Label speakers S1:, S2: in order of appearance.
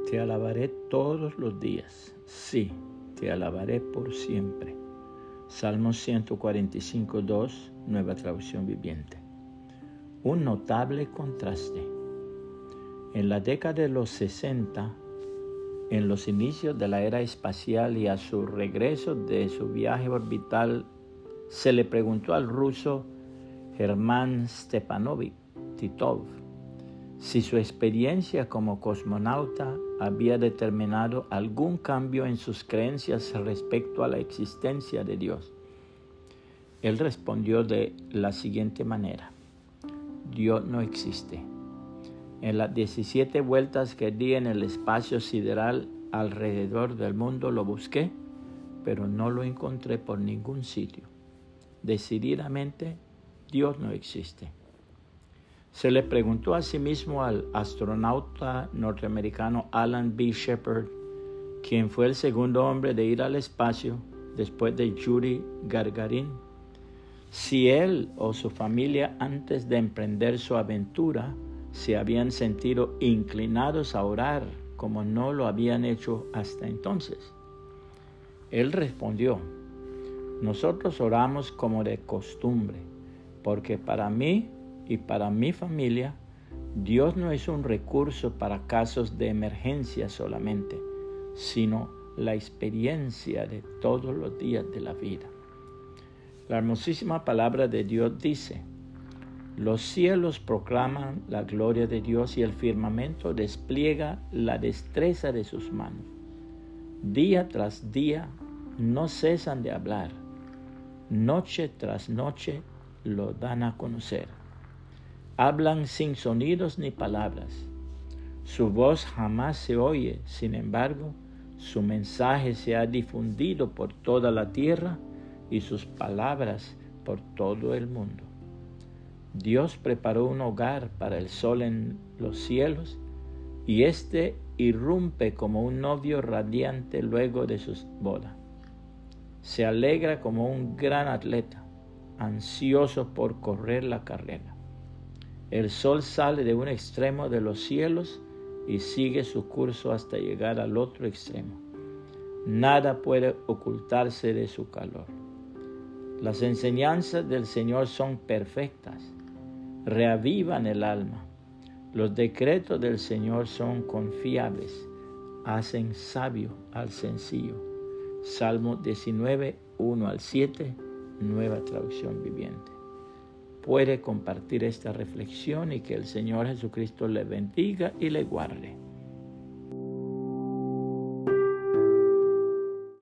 S1: Te alabaré todos los días, sí, te alabaré por siempre. Salmo 145:2, Nueva Traducción Viviente. Un notable contraste. En la década de los 60, en los inicios de la era espacial y a su regreso de su viaje orbital, se le preguntó al ruso Germán Stepanovich Titov si su experiencia como cosmonauta había determinado algún cambio en sus creencias respecto a la existencia de Dios. Él respondió de la siguiente manera: Dios no existe. En las 17 vueltas que di en el espacio sideral alrededor del mundo lo busqué, pero no lo encontré por ningún sitio. Decididamente, Dios no existe. Se le preguntó asimismo al astronauta norteamericano Alan B. Shepard, quien fue el segundo hombre de ir al espacio después de Yuri Gagarin, si él o su familia antes de emprender su aventura se habían sentido inclinados a orar como no lo habían hecho hasta entonces. Él respondió: nosotros oramos como de costumbre, porque para mí y para mi familia, Dios no es un recurso para casos de emergencia solamente, sino la experiencia de todos los días de la vida. La hermosísima palabra de Dios dice: los cielos proclaman la gloria de Dios y el firmamento despliega la destreza de sus manos. Día tras día no cesan de hablar, noche tras noche lo dan a conocer. Hablan sin sonidos ni palabras. Su voz jamás se oye, sin embargo, su mensaje se ha difundido por toda la tierra y sus palabras por todo el mundo. Dios preparó un hogar para el sol en los cielos y éste irrumpe como un novio radiante luego de su boda. Se alegra como un gran atleta, ansioso por correr la carrera. El sol sale de un extremo de los cielos y sigue su curso hasta llegar al otro extremo. Nada puede ocultarse de su calor. Las enseñanzas del Señor son perfectas, reavivan el alma. Los decretos del Señor son confiables, hacen sabio al sencillo. Salmo 19, 1-7, Nueva Traducción Viviente. Puede compartir esta reflexión y que el Señor Jesucristo le bendiga y le guarde.